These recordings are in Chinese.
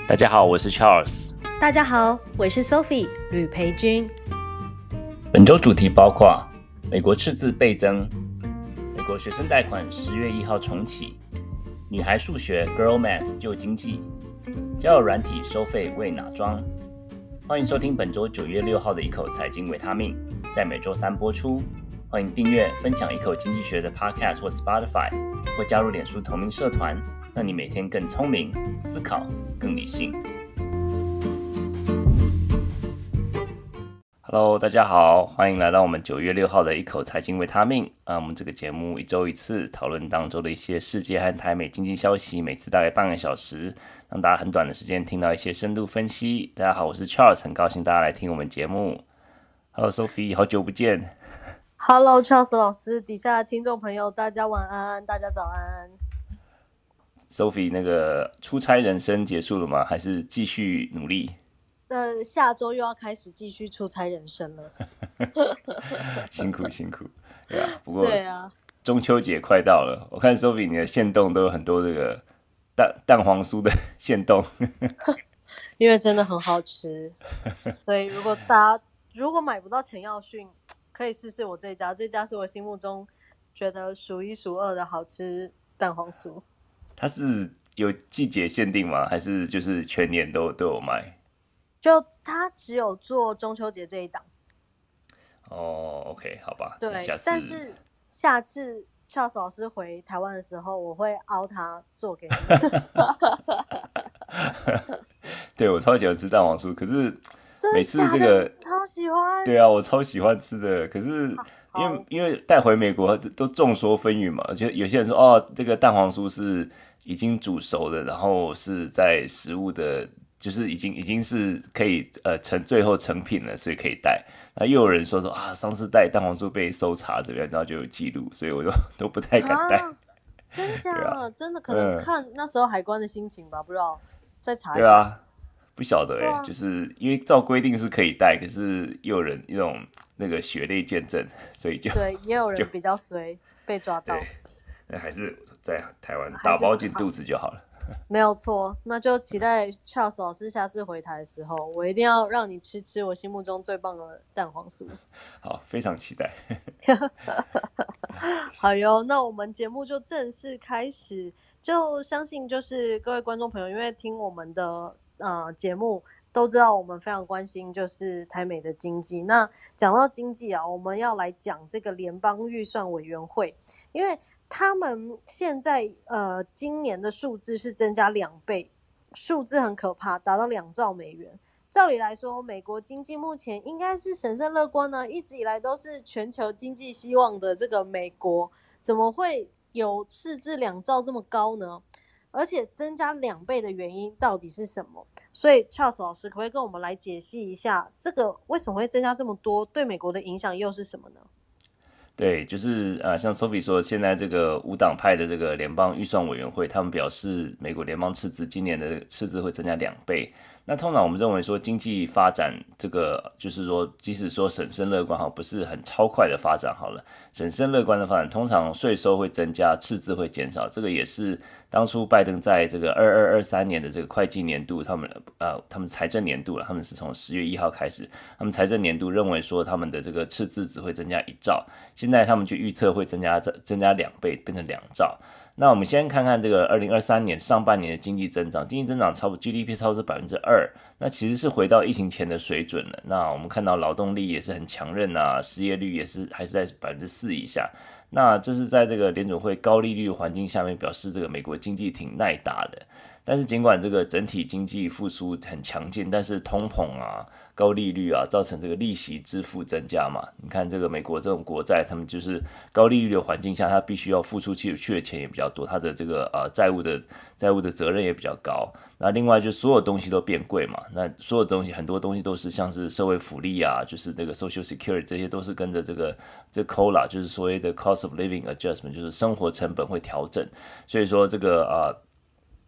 大家好，我是 Charles。 大家好，我是 Sophie 吕培君。 本周主题包括美国赤字倍增，美国学生贷款10月1号重启，女孩数学 Girl Math 救经济，交友软体收费为哪桩？欢迎收听本周9月6号的一口财经维他命，在每周三播出。欢迎订阅、分享一口经济学的 Podcast 或 Spotify， 或加入脸书同名社团，让你每天更聪明、思考、更理性。Hello， 大家好，欢迎来到我们9月6号的一口财经维他命。我们这个节目一周一次，讨论当周的一些世界和台美经济消息，每次大概半个小时，让大家很短的时间听到一些深度分析。大家好，我是 Charles， 很高兴大家来听我们节目。Hello Sophie， 好久不见。 Hello Charles 老师，底下的听众朋友，大家晚安，大家早安。 Sophie， 那个出差人生结束了吗？还是继续努力？ 下周又要开始继续出差人生了。 辛苦，对啊。不过对啊， 中秋节快到了，我看 Sophie 你的限动都有很多这个蛋黄酥的限动， 因为真的很好吃，所以如果买不到陈耀迅，可以试试我这家是我心目中觉得数一数二的好吃蛋黄酥。 它是有季节限定吗？还是就是全年都有卖？ 就它只有做中秋节这一档。 哦 ，OK， 好吧。 对，但是下次 Charles 老师回台湾的时候，我会凹他做给你。 对，我超喜欢吃蛋黄酥，可是每次这个超喜欢。 对啊，我超喜欢吃的，可是因为带回美国都众说纷纭嘛，就有些人说哦，这个蛋黄酥是已经煮熟的，然后是在食物的，就是已经是可以最后成品了，所以可以带。那又有人说啊，上次带蛋黄酥被搜查这边，然后就有记录，所以我都不太敢带。 真假？啊、真的可能看那时候海关的心情吧，不知道，再查一下。 对啊，不晓得就是因为照规定是可以带，可是又有人一种那个血泪见证，所以对，也有人比较衰被抓到。 那还是在台湾打包进肚子就好了。 没有错，那就期待 Charles 老师下次回台的时候，我一定要让你吃我心目中最棒的蛋黄酥。 好，非常期待。 好哟，那我们节目就正式开始。就相信就是各位观众朋友，因为听我们的节目都知道，我们非常关心就是台美的经济。那讲到经济啊，我们要来讲这个联邦预算委员会，因为他们现在今年的数字是增加2倍，数字很可怕，达到2兆美元。照理来说，美国经济目前应该是审慎乐观呢，一直以来都是全球经济希望的这个美国，怎么会有赤字2兆这么高呢？而且增加2倍的原因到底是什么？所以 Charles 老师可不可以跟我们来解析一下，这个为什么会增加这么多，对美国的影响又是什么呢？ 对，就是像 Sophie 说，现在这个无党派的这个联邦预算委员会，他们表示美国联邦赤字今年的赤字会增加2倍。那通常我们认为说经济发展这个就是说，即使说审慎乐观不是很超快的发展好了，审慎乐观的发展，通常税收会增加，赤字会减少。这个也是当初拜登在这个22-23年的这个会计年度，他们财政年度了，他们是从10月1号开始，他们财政年度认为说他们的这个赤字只会增加1兆，现在他们就预测会增加2倍，变成2兆。那我们先看看这个2023年上半年的经济增长差不多 GDP 超过 2%， 那其实是回到疫情前的水准了。那我们看到劳动力也是很强韧啊，失业率还是在 4% 以下。那这是在这个联准会高利率的环境下面，表示这个美国经济挺耐打的。但是尽管这个整体经济复苏很强劲，但是通膨啊、高利率啊，造成这个利息支付增加嘛。你看这个美国这种国债，他们就是高利率的环境下，他必须要付出去的钱也比较多，他的这个债务的责任也比较高。那另外就所有东西都变贵嘛，那所有东西很多东西都是像是社会福利啊，就是那个 Social Security 这些都是跟着这 COLA， 就是所谓的 Cost of Living Adjustment， 就是生活成本会调整。所以说这个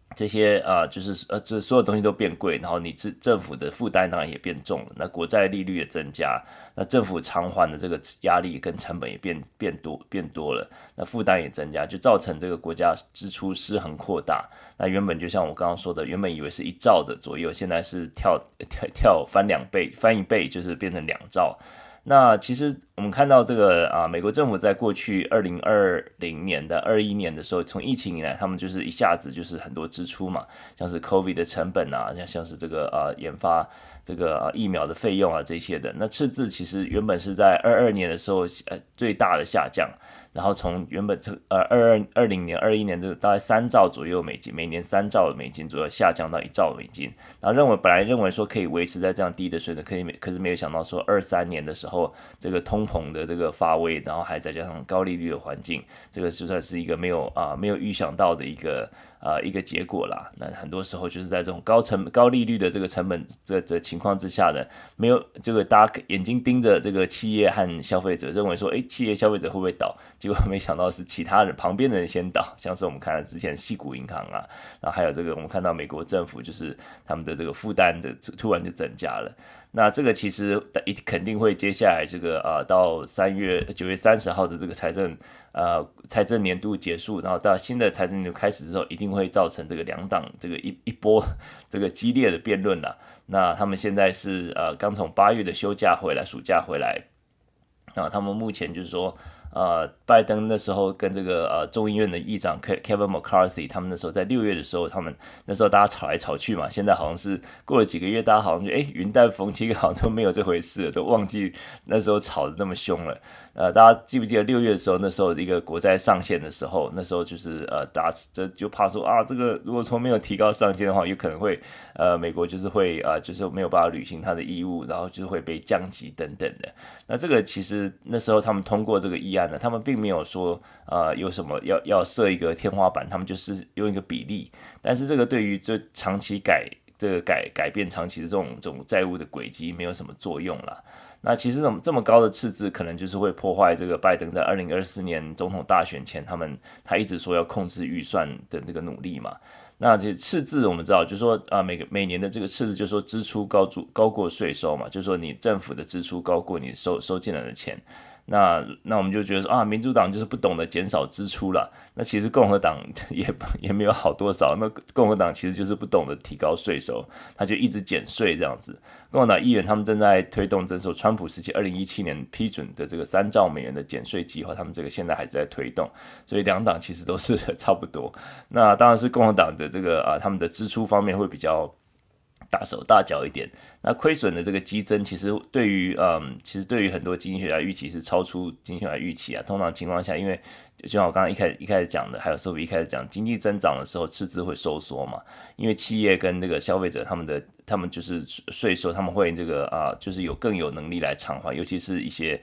这些就是这所有东西都变贵，然后你政府的负担当然也变重了，那国债利率也增加，那政府偿还的这个压力跟成本也变多了，那负担也增加，就造成这个国家支出失衡扩大。那原本就像我刚刚说的，原本以为是1兆的左右，现在是跳翻一倍，就是变成2兆。那其实我们看到这个美国政府在过去2020年的21年的时候，从疫情以来，他们就是一下子就是很多支出嘛，像是 COVID 的成本啊，像是这个研发这个疫苗的费用啊这些的。那赤字其实原本是在22年的时候最大的下降，然后从原本2020年、21年的大概3兆左右美金，每年3兆美金左右下降到1兆美金，然后本来认为说可以维持在这样低的水准，可是没有想到说23年的时候，这个通膨的这个发威，然后还再加上高利率的环境，这个就算是一个没有预想到的一个结果啦。那很多时候就是在这种高利率的这个成本这情况之下呢，没有这个大家眼睛盯着这个企业和消费者，认为说，企业消费者会不会倒？结果没想到是其他人旁边的人先倒，像是我们看到之前矽谷银行啊，然后还有这个我们看到美国政府就是他们的这个负担的突然就增加了。那这个其实肯定会接下来这个到9月30号的这个财政年度结束，然后到新的财政年度开始之后，一定会造成这个两党这个一波这个激烈的辩论啦。那他们现在是刚从8月的休假回来，暑假回来，那他们目前就是说。拜登那时候跟这个众议院的议长 Kevin McCarthy， 他们那时候在6月的时候，他们那时候大家吵来吵去嘛，现在好像是过了几个月，大家好像就云淡风轻，好像都没有这回事了，都忘记那时候吵得那么凶了。大家记不记得6月的时候，那时候一个国债上限的时候，那时候就是大家就怕说这个如果说没有提高上限的话，有可能会美国就是会就是没有办法履行它的义务，然后就是会被降级等等的。那这个其实那时候他们通过这个议案呢，他们并没有说有什么要设一个天花板，他们就是用一个比例，但是这个对于这长期改变长期的这种债务的轨迹没有什么作用啦。那其实这么高的赤字，可能就是会破坏这个拜登在2024年总统大选前，他一直说要控制预算的这个努力嘛。那这赤字我们知道，就是说每年的这个赤字，就是说支出高过税收嘛，就是说你政府的支出高过你收进来的钱。那我们就觉得说民主党就是不懂得减少支出了。那其实共和党也没有好多少。那共和党其实就是不懂得提高税收，他就一直减税这样子。共和党议员他们正在推动这时候川普时期2017年批准的这个3兆美元的减税计划，他们这个现在还是在推动，所以两党其实都是差不多。那当然是共和党的这个他们的支出方面会比较大手大脚一点。那亏损的这个激增，其实对于很多经济学家预期是超出经济学家预期啊。通常情况下，因为就像我刚刚一开始讲的，还有Sophie一开始讲，经济增长的时候赤字会收缩嘛，因为企业跟这个消费者他们就是税收，他们会这个就是更有能力来偿还，尤其是一些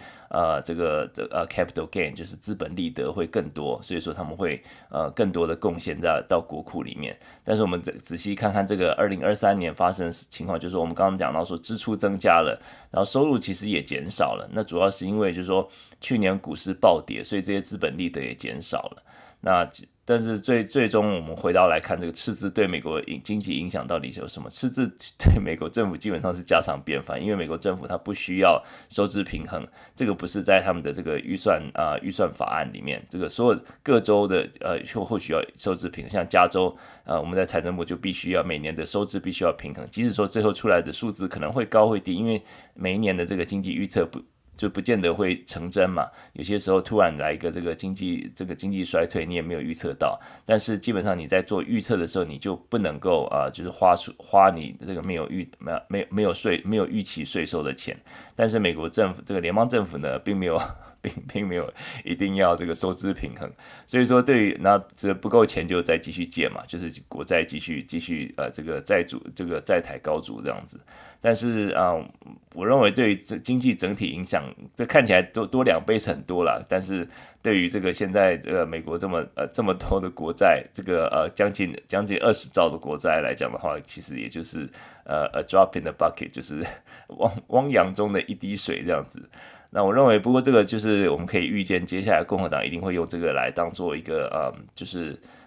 capital gain 就是资本利得会更多，所以说他们会更多的贡献到国库里面。但是我们仔细看看这个2023年发生的情况，就是我们刚刚讲到说支出增加了，然后收入其实也减少了。那主要是因为就是说去年股市暴跌，所以这些资本利得也减少了。那但是最终我们回到来看这个赤字对美国经济影响到底是有什么？赤字对美国政府基本上是家常便饭，因为美国政府它不需要收支平衡，这个不是在他们的这个预算法案里面，这个所有各州的或许要收支平衡，像加州我们在财政部就必须要每年的收支必须要平衡，即使说最后出来的数字可能会高会低，因为每一年的这个经济预测就不见得会成真嘛，有些时候突然来一个这个经济衰退，你也没有预测到。但是基本上你在做预测的时候，你就不能够就是花你这个没有预期税收的钱。但是美国政府这个联邦政府呢，并没有一定要这个收支平衡，所以说对于那这不够钱就再继续借嘛，就是国债继续这个债台高筑这样子。但是我认为对于经济整体影响，这看起来多2倍是很多啦，但是对于这个现在美国这么多的国债，这个将近20兆的国债来讲的话，其实也就是a drop in the bucket， 就是汪洋中的一滴水这样子。那我认为，不过这个就是我们可以预见，接下来共和党一定会用这个来当做一个就是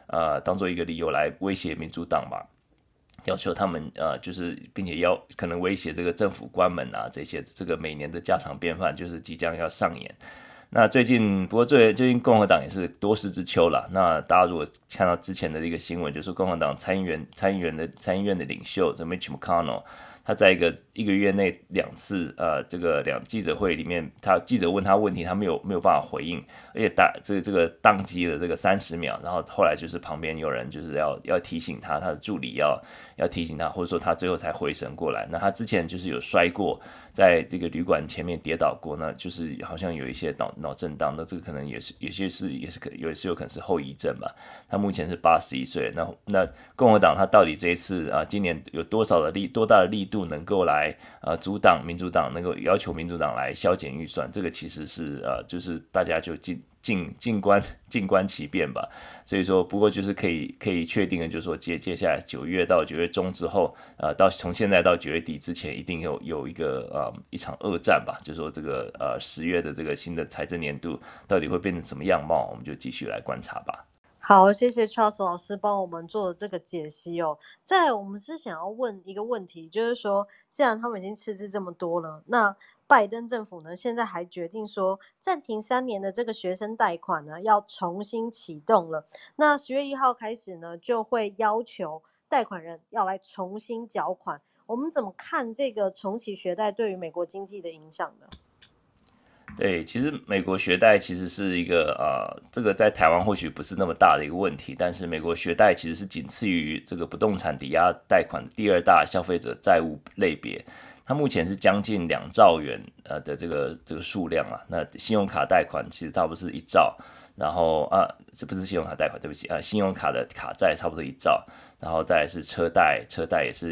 当做一个理由来威胁民主党吧。要求他们就是并且可能威胁这个政府关门啊，这些这个每年的家常便饭就是即将要上演。那不过最近共和党也是多事之秋了。那大家如果看到之前的一个新闻，就是共和党参议院的领袖Mitch McConnell，他在一个月内2次这个记者会里面，记者问他问题，他没有办法回应，而且这个宕机了这个30秒，然后后来就是旁边有人就是要提醒他，他的助理要提醒他，或者说他最后才回神过来。那他之前就是有摔过，在这个旅馆前面跌倒过，那就是好像有一些脑震荡，那这个可能也是有可能是后遗症吧。他目前是81岁，那共和党他到底这一次今年有多大的力度能够来阻挡民主党，能够要求民主党来削减预算，这个其实是就是大家就静观其变吧。所以说，不过就是可以确定的，就是说接下来9月到9月中之后，从现在到9月底之前，一定有一场恶战吧。就是说这个10月的这个新的财政年度到底会变成什么样貌，我们就继续来观察吧。 好，谢谢 Charles 老师帮我们做的这个解析哦。再来，我们是想要问一个问题，就是说，既然他们已经赤字这么多了，那拜登政府呢，现在还决定说暂停3年的这个学生贷款呢，要重新启动了。那10月1号开始呢，就会要求贷款人要来重新缴款。我们怎么看这个重启学贷对于美国经济的影响呢？ 对，其实美国学贷其实是一个这个在台湾或许不是那么大的一个问题，但是美国学贷其实是仅次于这个不动产抵押贷款的第2大消费者债务类别，它目前是将近2兆元的这个数量啊。那信用卡贷款其实差不多是1兆，然后这不是信用卡贷款，对不起信用卡的卡债差不多1兆，然后再来是车贷也是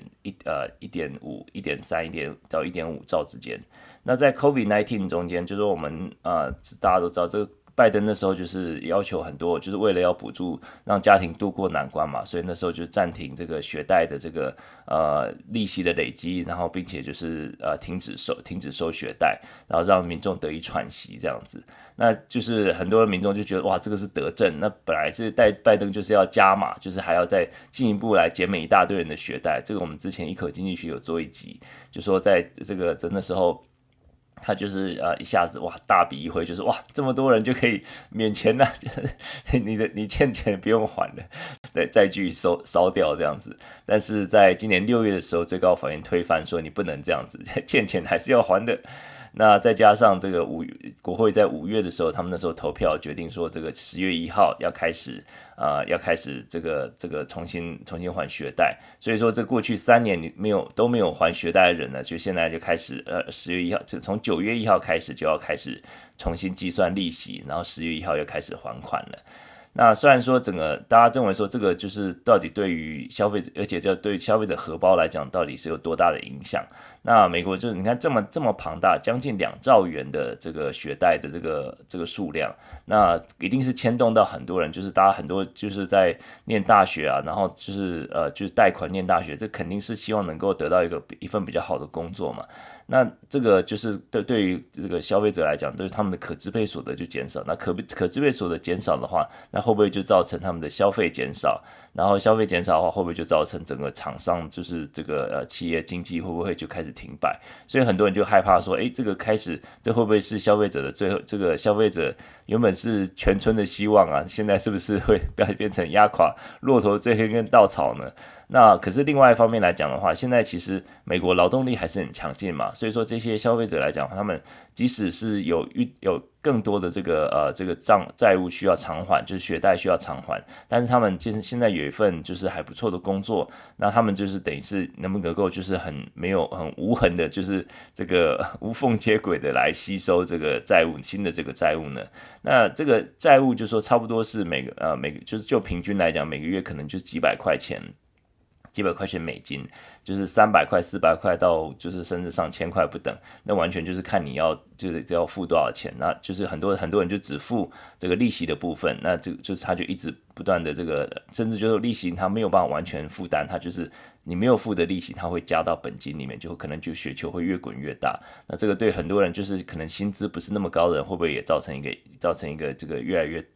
1.5、1.3、到1.5兆之间。那在 COVID-19 中间，就是说我们大家都知道，这个拜登那时候就是要求很多，就是为了要补助让家庭渡过难关嘛，所以那时候就暂停这个学贷的这个利息的累积，然后并且就是停止收学贷，然后让民众得以喘息这样子。那就是很多民众就觉得哇，这个是德政，那本来是拜登就是要加码，就是还要再进一步来减免一大堆人的学贷。这个我们之前一口经济学有做一集，就说在这个那时候。他就是一下子哇大笔一挥，就是哇这么多人就可以免钱了，就是你欠钱不用还了，对，债据烧掉这样子。但是在今年6月的时候，最高法院推翻说你不能这样子，欠钱还是要还的。那再加上这个国会在5月的时候，他们那时候投票决定说，这个10月1号要开始这个重新还学贷，所以说这过去3年都没有还学贷的人呢，就现在就开始10月1号，从9月1号开始就要开始重新计算利息，然后10月1号又开始还款了。那虽然说整个大家认为说这个就是到底对于消费者，而且对消费者荷包来讲，到底是有多大的影响？那美国就是你看这么庞大，将近2兆元的这个学贷的这个数量，那一定是牵动到很多人，就是大家很多就是在念大学啊，然后就是贷款念大学，这肯定是希望能够得到一份比较好的工作嘛。那这个就是对于这个消费者来讲，对他们的可支配所得就减少。那可支配所得减少的话，那会不会就造成他们的消费减少？然后消费减少的话，会不会就造成整个厂商就是这个企业经济会不会就开始停摆？所以很多人就害怕说，这个这会不会是消费者的最后？这个消费者原本是全村的希望啊，现在是不是会变成压垮骆驼最后一根稻草呢？那可是另外一方面来讲的话，现在其实美国劳动力还是很强劲嘛，所以说这些消费者来讲，他们即使是有更多的这个债务需要偿还，就是学贷需要偿还，但是他们其实现在有一份就是还不错的工作，那他们就是等于是能不能够就是很无痕的，就是这个无缝接轨的来吸收这个新的这个债务呢？那这个债务就说差不多是每个就是就平均来讲，每个月可能就几百块钱美金，就是300块、400块到就是甚至上1000块不等，那完全就是看你要付多少钱，那就是很多人就只付这个利息的部分，那就是他就一直不断的这个，甚至就是利息他没有办法完全负担，他就是你没有付的利息，他会加到本金里面，就可能就雪球会越滚越大。那这个对很多人就是可能薪资不是那么高的人，会不会也造成一个这个越来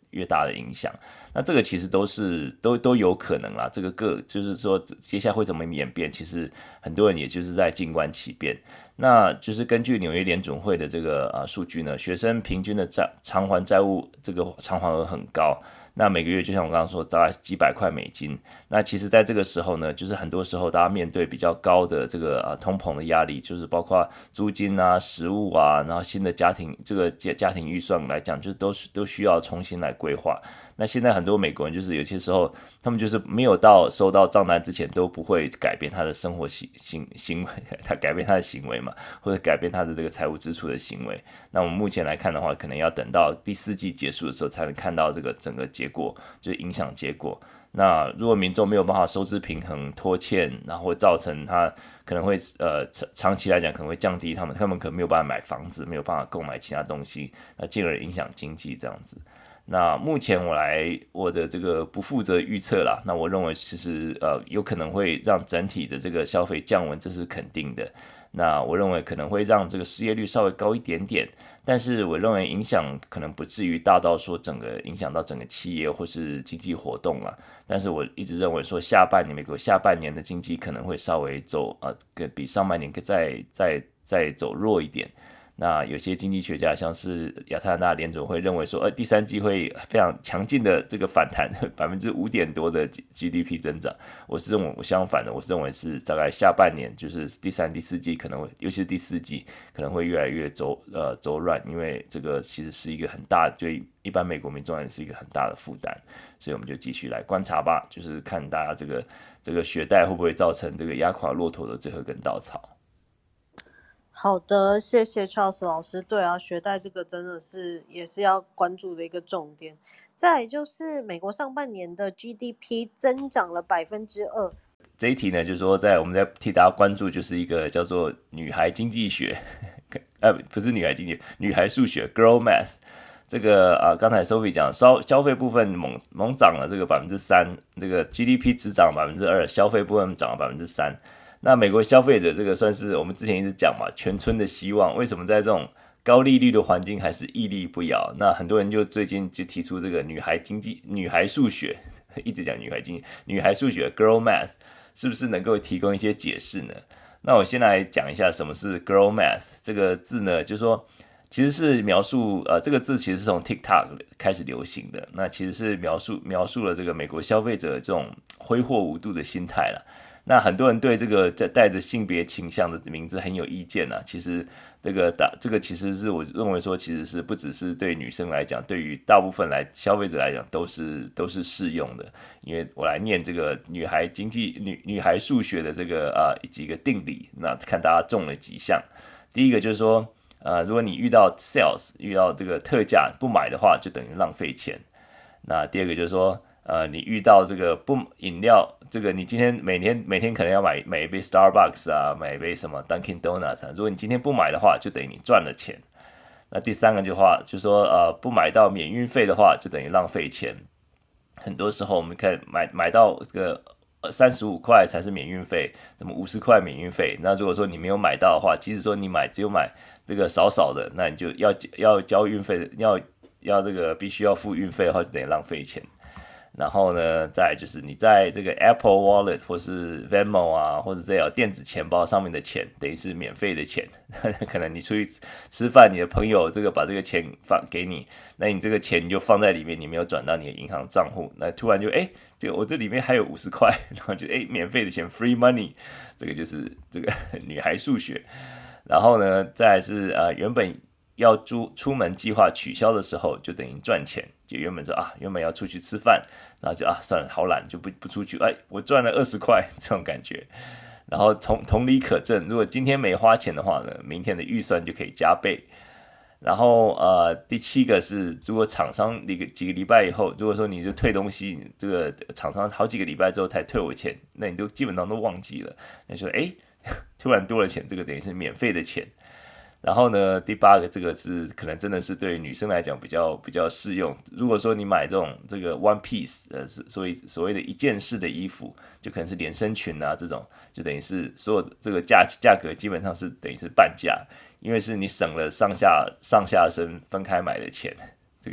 越大的影响。那这个其实都有可能啦，这个就是说接下来会怎么演变，其实很多人也就是在静观其变。那就是根据纽约联准会的这个数据呢，学生平均的偿还债务这个偿还额很高。那每个月就像我刚刚说，大概几百块美金。那其实在这个时候呢，就是很多时候大家面对比较高的这个通膨的压力，就是包括租金啊、食物啊，然后新的家庭家庭预算来讲，就都需要重新来规划。那现在很多美国人就是有些时候，他们就是没有到收到账单之前都不会改变他的生活行为，他改变他的行为嘛，或者改变他的这个财务支出的行为。那我们目前来看的话，可能要等到第四季结束的时候才能看到这个整个结果，就是影响结果。那如果民众没有办法收支平衡、拖欠，然后会造成他可能会长期来讲可能会降低他们可能没有办法买房子，没有办法购买其他东西，那进而影响经济这样子。那目前我的这个不负责预测啦，那我认为其实有可能会让整体的这个消费降温，这是肯定的。那我认为可能会让这个失业率稍微高一点点，但是我认为影响可能不至于大到说影响到整个企业或是经济活动啦。但是我一直认为说美国下半年的经济可能会稍微比上半年再走弱一点。那有些经济学家，像是亚特兰大联准会认为说，第三季会非常强劲的这个反弹，5%多的 GDP 增长。我相反的，我是认为是大概下半年，就是第三、第四季可能会，尤其是第四季可能会越来越走软，因为这个其实是一个很大，对一般美国民众来说是一个很大的负担。所以我们就继续来观察吧，就是看大家这个学贷会不会造成这个压垮骆驼的最后一根稻草。 好的，谢谢 Charles 老师。对啊，学贷这个真的也是要关注的一个重点。再来就是美国上半年的 GDP 增长了2%。 这一题呢，就是说我们在替大家关注，就是一个叫做女孩经济学，不是女孩经济学，女孩数学 （Girl Math）。这个刚才 Sophie 讲，消费部分猛涨了这个3%，这个 GDP 只涨2%，消费部分涨了3%。那美国消费者这个算是我们之前一直讲嘛，全村的希望。为什么在这种高利率的环境还是屹立不摇？那很多人就最近就提出这个女孩数学，一直讲女孩数学 （Girl Math） 是不是能够提供一些解释呢？那我先来讲一下什么是 Girl Math 这个字呢，就是说其实是描述这个字其实是从 TikTok 开始流行的，那其实是描述了这个美国消费者这种挥霍无度的心态啦。那很多人对这个带着性别倾向的名字很有意见啊。其实这个其实是我认为说，其实是不只是对女生来讲，对于大部分消费者来讲都是适用的。因为我来念这个女孩数学的这个几个定理，那看大家中了几项。第一个就是说，如果你遇到 sales 遇到这个特价不买的话，就等于浪费钱。那第二个就是说，你遇到这个饮料，这个你今天每天可能要买一杯 Starbucks 啊，买一杯什么 Dunkin' Donuts 啊，如果你今天不买的话，就等于你赚了钱。那第三个就是说，不买到免运费的话，就等于浪费钱。很多时候我们可以买到这个35块才是免运费，怎么50块免运费？那如果说你没有买到的话，即使说你只有买这个少的，那你就要交运费的，要这个必须要付运费的话，就等于浪费钱。然后呢，再来就是你在这个 Apple Wallet 或是 Venmo 啊，或者这样电子钱包上面的钱，等于是免费的钱。可能你出去吃饭，你的朋友把这个钱给你，那你这个钱你就放在里面，你没有转到你的银行账户，那突然就我这里面还有50块，然后就免费的钱 free money， 这个就是这个女孩数学。然后呢，再来是原本要出门计划取消的时候，就等于赚钱。就原本要出去吃饭，然后就算了，好懒，就不出去。我赚了20块，这种感觉。然后同理可证，如果今天没花钱的话呢，明天的预算就可以加倍。然后第7个是，如果厂商几个礼拜以后，如果说你就退东西，这个厂商好几个礼拜之后才退我钱，那你基本上都忘记了。那就说突然多了钱，这个等于是免费的钱。然后呢，第8个这个是可能真的是对女生来讲比较适用。如果说你买这个 one piece，所谓的一件式的衣服，就可能是连身裙啊这种，就等于是所有这个价格基本上是等于是半价，因为是你省了上下身分开买的钱，这个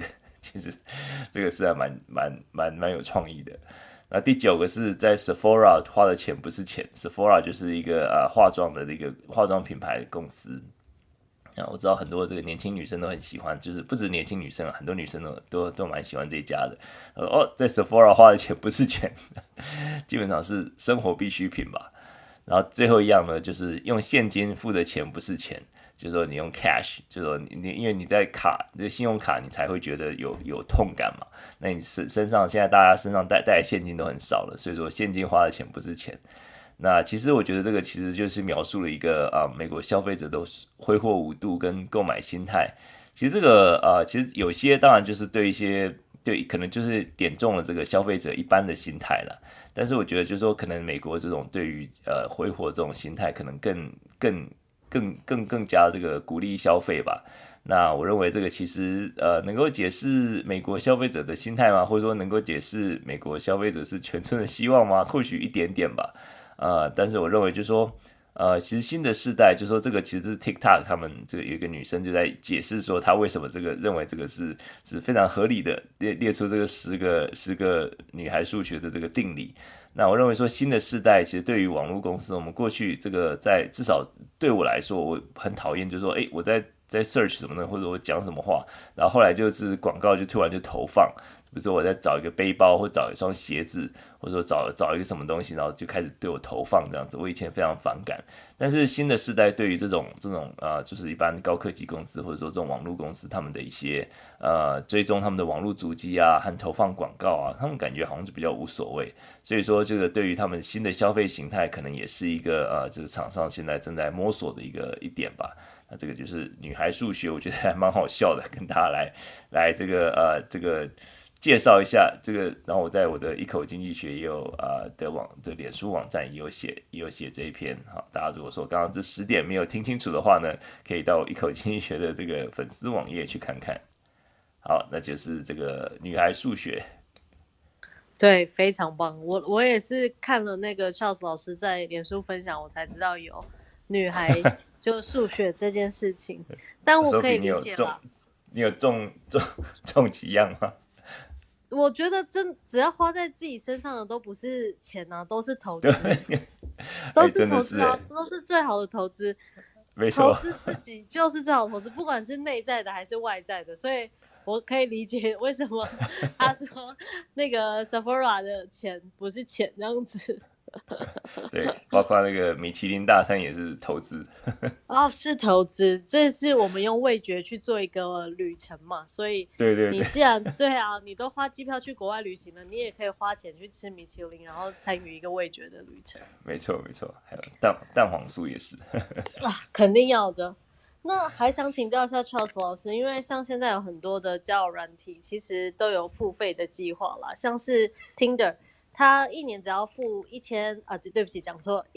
其实这个是还蛮有创意的。那第9个是在 Sephora 花的钱不是钱，Sephora 就是一个化妆的一个化妆品牌公司。我知道很多这个年轻女生都很喜欢，就是不止年轻女生，很多女生都蛮喜欢这一家的。在 Sephora 花的钱不是钱，基本上是生活必需品吧。然后最后一样呢，就是用现金付的钱不是钱，就是说你用 cash， 就是说你因为你在这个信用卡你才会觉得有痛感嘛。那你身上现在大家身上带现金都很少了，所以说现金花的钱不是钱。那其实我觉得这个其实就是描述了一个美国消费者都挥霍无度跟购买心态。其实这个其实有些当然就是对可能就是点中了这个消费者一般的心态了。但是我觉得就是说可能美国这种对于挥霍这种心态可能更加这个鼓励消费吧。那我认为这个其实能够解释美国消费者的心态吗？或者说能够解释美国消费者是全村的希望吗？或许一点点吧。但是我认为就是说，其实新的世代就是说这个其实是 TikTok 他们这个有一个女生就在解释说她为什么认为这个是非常合理的列出这个十个女孩数学的这个定理。那我认为说新的世代其实对于网络公司，我们过去这个至少对我来说我很讨厌，就是说我在 search 什么的，或者我讲什么话，然后后来就是广告就突然就投放。比如说我在找一个背包，或找一双鞋子，或者说找一个什么东西，然后就开始对我投放这样子。我以前非常反感，但是新的世代对于这种就是一般高科技公司或者说这种网络公司，他们的一些追踪他们的网络足迹啊和投放广告啊，他们感觉好像是比较无所谓。所以说这个对于他们新的消费形态，可能也是一个这个厂商现在正在摸索的一点吧。那这个就是女孩数学，我觉得还蛮好笑的，跟大家来这个介绍一下这个。然后我在我的一口经济学也有的脸书网站也有写这一篇。好，大家如果说刚刚这10点没有听清楚的话呢，可以到一口经济学的这个粉丝网页去看看。好，那就是这个女孩数学。 对，非常棒。我也是看了那个 Charles 老师在脸书分享，我才知道有女孩就数学这件事情。但我可以理解啦。 你有中几样吗？ 我觉得只要花在自己身上的都不是钱啊，都是投资，都是投资啊，都是最好的投资。 没错， 投资自己就是最好的投资，不管是内在的还是外在的。所以我可以理解为什么他说那个 Sephora 的钱不是钱这样子。 对，包括那个米其林大餐也是投资。 是投资，这是我们用味觉去做一个旅程嘛。所以你既然你都花机票去国外旅行了，你也可以花钱去吃米其林，然后参与一个味觉的旅程。 没错，还有蛋黄酥也是。 肯定要的。那还想请教一下 Charles 老师，因为像现在有很多的交友软体其实都有付费的计划啦，像是 Tinder， 它1年只要付对不起讲错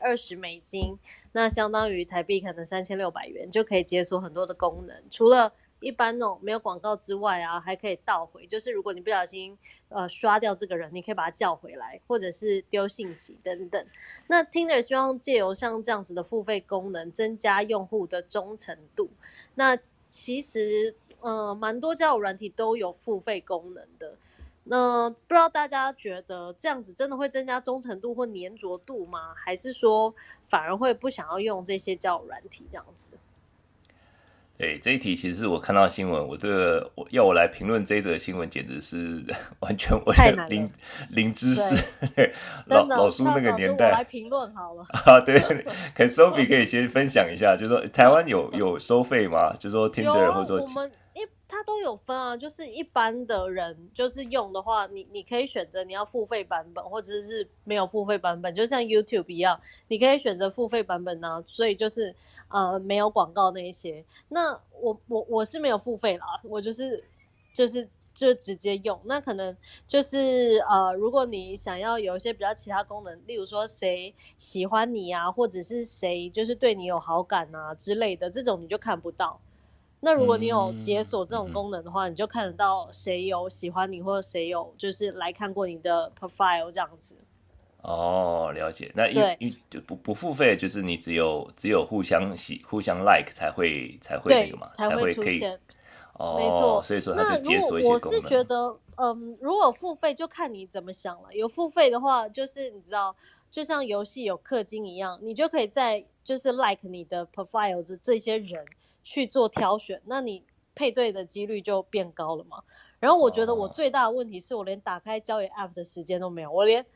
$120，那相当于台币可能3600元，就可以解锁很多的功能。除了一般那种没有广告之外啊，还可以倒回，就是如果你不小心刷掉这个人，你可以把他叫回来，或者是丢信息等等。那 Tinder 希望借由像这样子的付费功能，增加用户的忠诚度。那其实蛮多交友软体都有付费功能的。那不知道大家觉得这样子真的会增加忠诚度或黏着度吗？还是说反而会不想要用这些交友软体这样子？ 对，这一题其实是我看到新闻，要我来评论这一则新闻，简直是完全我的零知识。老苏那个年代， 我来评论好了。 对，Sophie 可以先分享一下，就是说台湾有收费吗？就是说 Tinder 或者说我们它都有分啊，就是一般的人就是用的话，你可以选择你要付费版本，或者是没有付费版本，就像 YouTube 一样，你可以选择付费版本啊，所以就是没有广告那一些。那我是没有付费啦，我就直接用。那可能就是如果你想要有一些比较其他功能，例如说谁喜欢你啊，或者是谁就是对你有好感啊之类的，这种你就看不到。那如果你有解锁这种功能的话，你就看得到谁有喜欢你，或者谁有就是来看过你的 profile 这样子。 哦，了解。那不付费，就是你只有互相like 才会那个嘛， 才会出现。 没哦， 错。 所以说它就那如果解锁一些我是功能。 觉得，如果付费就看你怎么想了。有付费的话，就是你知道，就像游戏有氪金一样，你就可以在就是 like 你的 profiles 这些人去做挑选，那你配对的几率就变高了嘛。然后我觉得我哦， 最大的问题是我连打开交友 app 的时间都没有，我连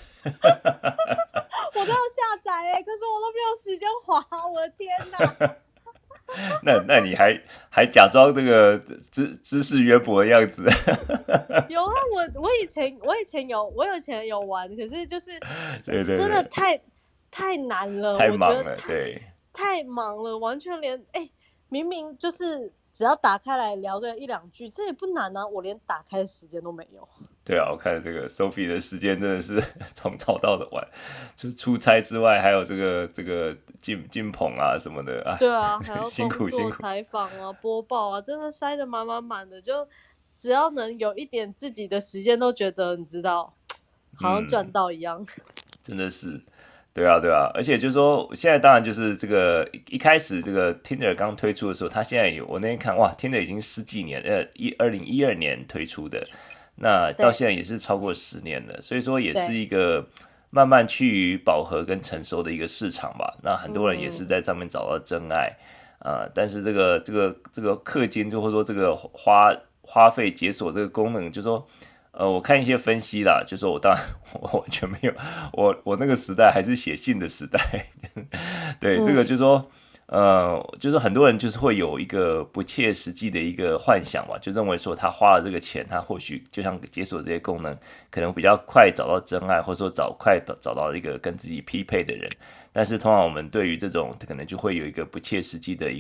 我都要下载可是我都没有时间滑，我的天哪！ 那你还假装这个知识渊博的样子。 有啊，我以前有玩，可是就是对对真的对， 太难了，我觉太忙了， 得对。 太忙了，完全连明明就是只要打开来聊个一两句，这也不难啊，我连打开的时间都没有。 对啊，我看这个 Sophie 的时间真的是从早到的晚，就是出差之外，还有这个进棚啊什么的啊， 对啊，还要辛工作、 苦辛苦。 采访啊、播报啊，真的塞得满满满的，就只要能有一点自己的时间，都觉得你知道，好像赚到一样。 真的是，对啊对啊，而且就是说，现在当然就是这个一开始这个 Tinder 刚推出的时候，它现在有我那天看哇，Tinder 已经十几年，2012年推出的，那到对现在也是超过10年了，所以说也是对， 一个慢慢趋于饱和跟成熟的一个市场吧。那很多人也是嗯， 在上面找到真爱，但是这个氪金，就或者说这个花费解锁这个功能，就说我看一些分析啦，就说我当然我完全没有，我那个时代还是写信的时代，对这个嗯， 就说。就是很多人就是会有一个不切实际的一个幻想嘛，就认为说他花了这个钱，他或许就像解锁这些功能，可能比较快找到真爱，或者说快找到一个跟自己匹配的人。但是通常我们对于这种可能就会有一个不切实际的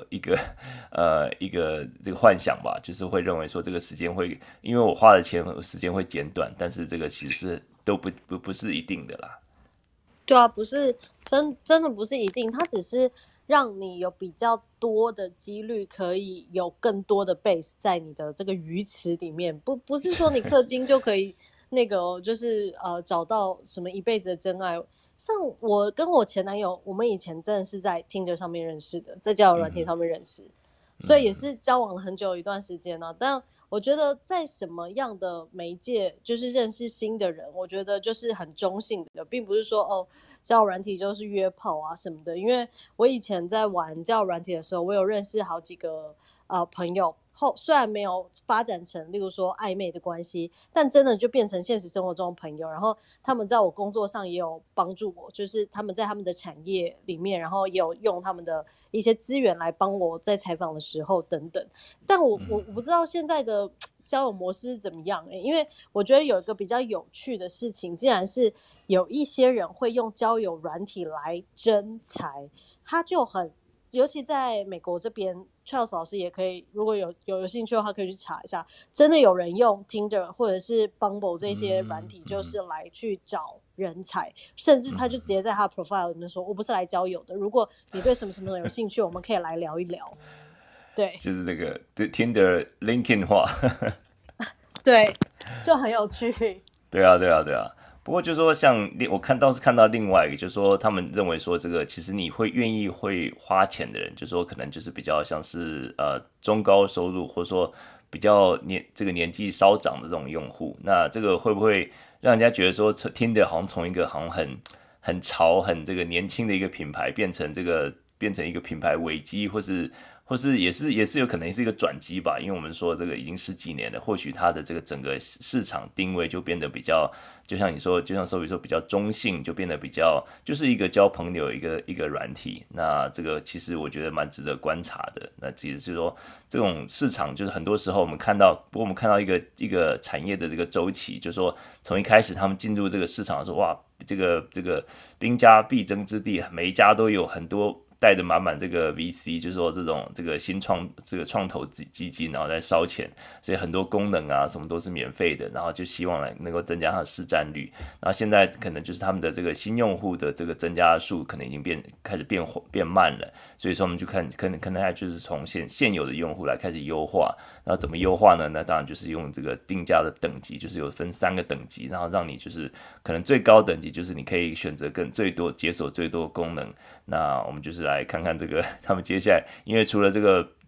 一个这个幻想吧，就是会认为说这个时间会因为我花的钱和时间会减短，但是这个其实是都不是一定的啦。 对啊，不是真的不是一定，它只是让你有比较多的几率可以有更多的 base 在你的这个鱼池里面，不是说你氪金就可以那个就是找到什么一辈子的真爱。像我跟我前男友，我们以前真的是在 Tinder 上面认识的，在交友软体上面认识，所以也是交往了很久一段时间呢、但我觉得在什么样的媒介，就是认识新的人，我觉得就是很中性的，并不是说交友软体就是约炮啊什么的。因为我以前在玩交友软体的时候，我有认识好几个朋友，虽然没有发展成例如说暧昧的关系，但真的就变成现实生活中的朋友。然后他们在我工作上也有帮助我，就是他们在他们的产业里面，然后也有用他们的一些资源来帮我在采访的时候等等。但我不知道现在的交友模式是怎么样因为我觉得有一个比较有趣的事情，竟然是有一些人会用交友软体来征才，他就很。尤其在美国这边，Charles 老师也可以，如果有兴趣的话，可以去查一下。真的有人用 Tinder 或者是 Bumble 这些软体，就是来去找人才，甚至他就直接在他的 profile 里面说：“我不是来交友的，如果你对什么什么有兴趣，我们可以来聊一聊。”对就是那个 Tinder LinkedIn 化。 对，就很有趣。 对啊，对啊，对啊。不过就是说像我倒是看到另外一个，就是说他们认为说这个其实你会愿意会花钱的人，就是说可能就是比较像是中高收入，或者说比较这个年纪稍长的这种用户。那这个会不会让人家觉得说听的好像从一个好像很潮、很这个年轻的一个品牌，变成一个品牌危机，或是也是有可能是一个转机吧，因为我们说这个已经十几年了，或许它的这个整个市场定位就变得比较，就像你说，就像Sophie说比较中性，就变得比较就是一个交朋友一个软体。那这个其实我觉得蛮值得观察的。那其实是说这种市场就是很多时候我们看到，不过我们看到一个产业的这个周期，就是说从一开始他们进入这个市场的时候，哇，这个兵家必争之地，每一家都有很多。带着满满这个 VC，就是说这个创投基金，然后在烧钱，所以很多功能啊什么都是免费的，然后就希望能够增加它的市占率。然后现在可能就是他们的这个新用户的这个增加数可能已经开始变慢了，所以说我们就可能还就是从现有的用户来开始优化。然后怎么优化呢？那当然就是用这个定价的等级，就是有分3个等级，然后让你就是可能最高等级就是你可以选择最多解锁最多的功能。那我们就是来看看这个他们接下来，因为除了这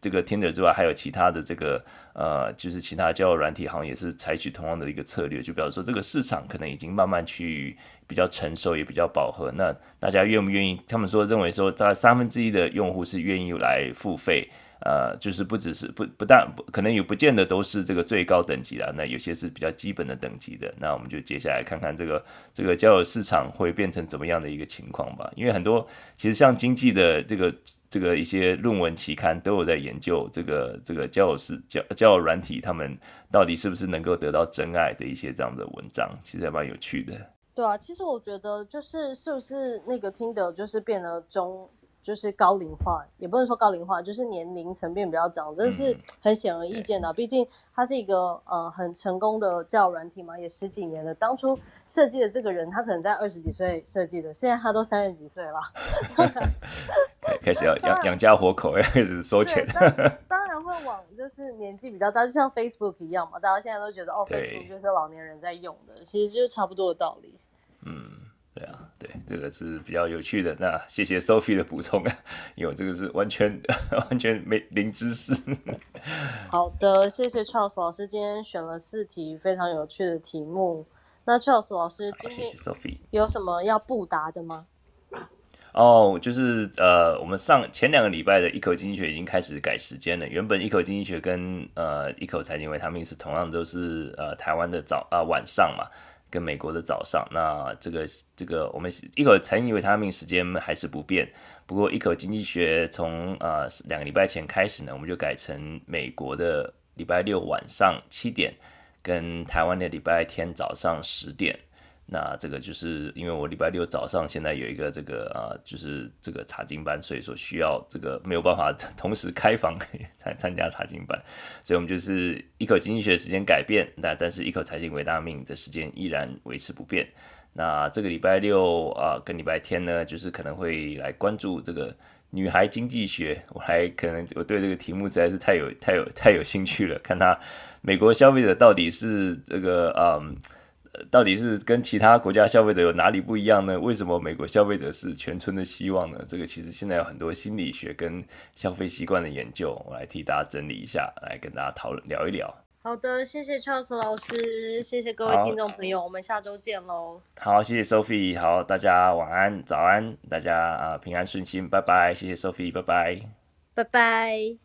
这个 Tinder 之外，还有其他的这个就是其他交友软体，好像也是采取同样的一个策略，就表示说这个市场可能已经慢慢去比较成熟，也比较饱和。那大家愿不愿意？他们说认为说，大概1/3的用户是愿意来付费。就是不只是可能也不见得都是这个最高等级啦，那有些是比较基本的等级的。那我们就接下来看看这个交友市场会变成怎么样的一个情况吧。因为很多其实像经济的这个一些论文期刊都有在研究这个交友软体，他们到底是不是能够得到真爱的一些这样的文章，其实还蛮有趣的。 对啊，其实我觉得是不是那个Tinder就是变得就是高龄化，也不能说高龄化，就是年龄层变比较长，这是很显而易见的。毕竟它是一个很成功的交友软体嘛，也10几年了。当初设计的这个人，他可能在20几岁设计的，现在他都30几岁了， 开始要养家活口，要开始收钱。 当然会往就是年纪比较大，就像 Facebook 一样嘛，大家现在都觉得Facebook 就是老年人在用的，其实就是差不多的道理。 对啊，对，这个是比较有趣的。那谢谢 Sophie 的补充啊，因为这个是完全零知识。 好的，谢谢 Charles 老师今天选了4题非常有趣的题目。那 Charles 老师今天有什么要布达的吗？ 就是我们前2个礼拜的一口经济学已经开始改时间了。原本一口经济学跟一口财经维他命是同样都是台湾的晚上嘛。跟美国的早上，那这个我们一口财经维他命时间还是不变，不过一口经济学从2个礼拜前开始呢，我们就改成美国的礼拜6晚上7点，跟台湾的礼拜天早上10点。那这个就是因为我礼拜6早上现在有一个就是这个查经班，所以说需要这个没有办法同时开房参加查经班，所以我们就是一口经济学时间改变，但是一口财经维他命的时间依然维持不变。那这个礼拜6跟礼拜天呢，就是可能会来关注这个女孩经济学，我对这个题目实在是太有兴趣了，看他美国消费者到底是这个到底是跟其他国家消费者有哪里不一样呢？为什么美国消费者是全村的希望呢？这个其实现在有很多心理学跟消费习惯的研究，我来替大家整理一下，来跟大家聊一聊。 好的，谢谢 Charles 老师，谢谢各位听众朋友，我们下周见喽。 好，谢谢 Sophie， 好，大家晚安、早安，大家平安顺心，拜拜，谢谢 Sophie， 拜拜， 拜拜。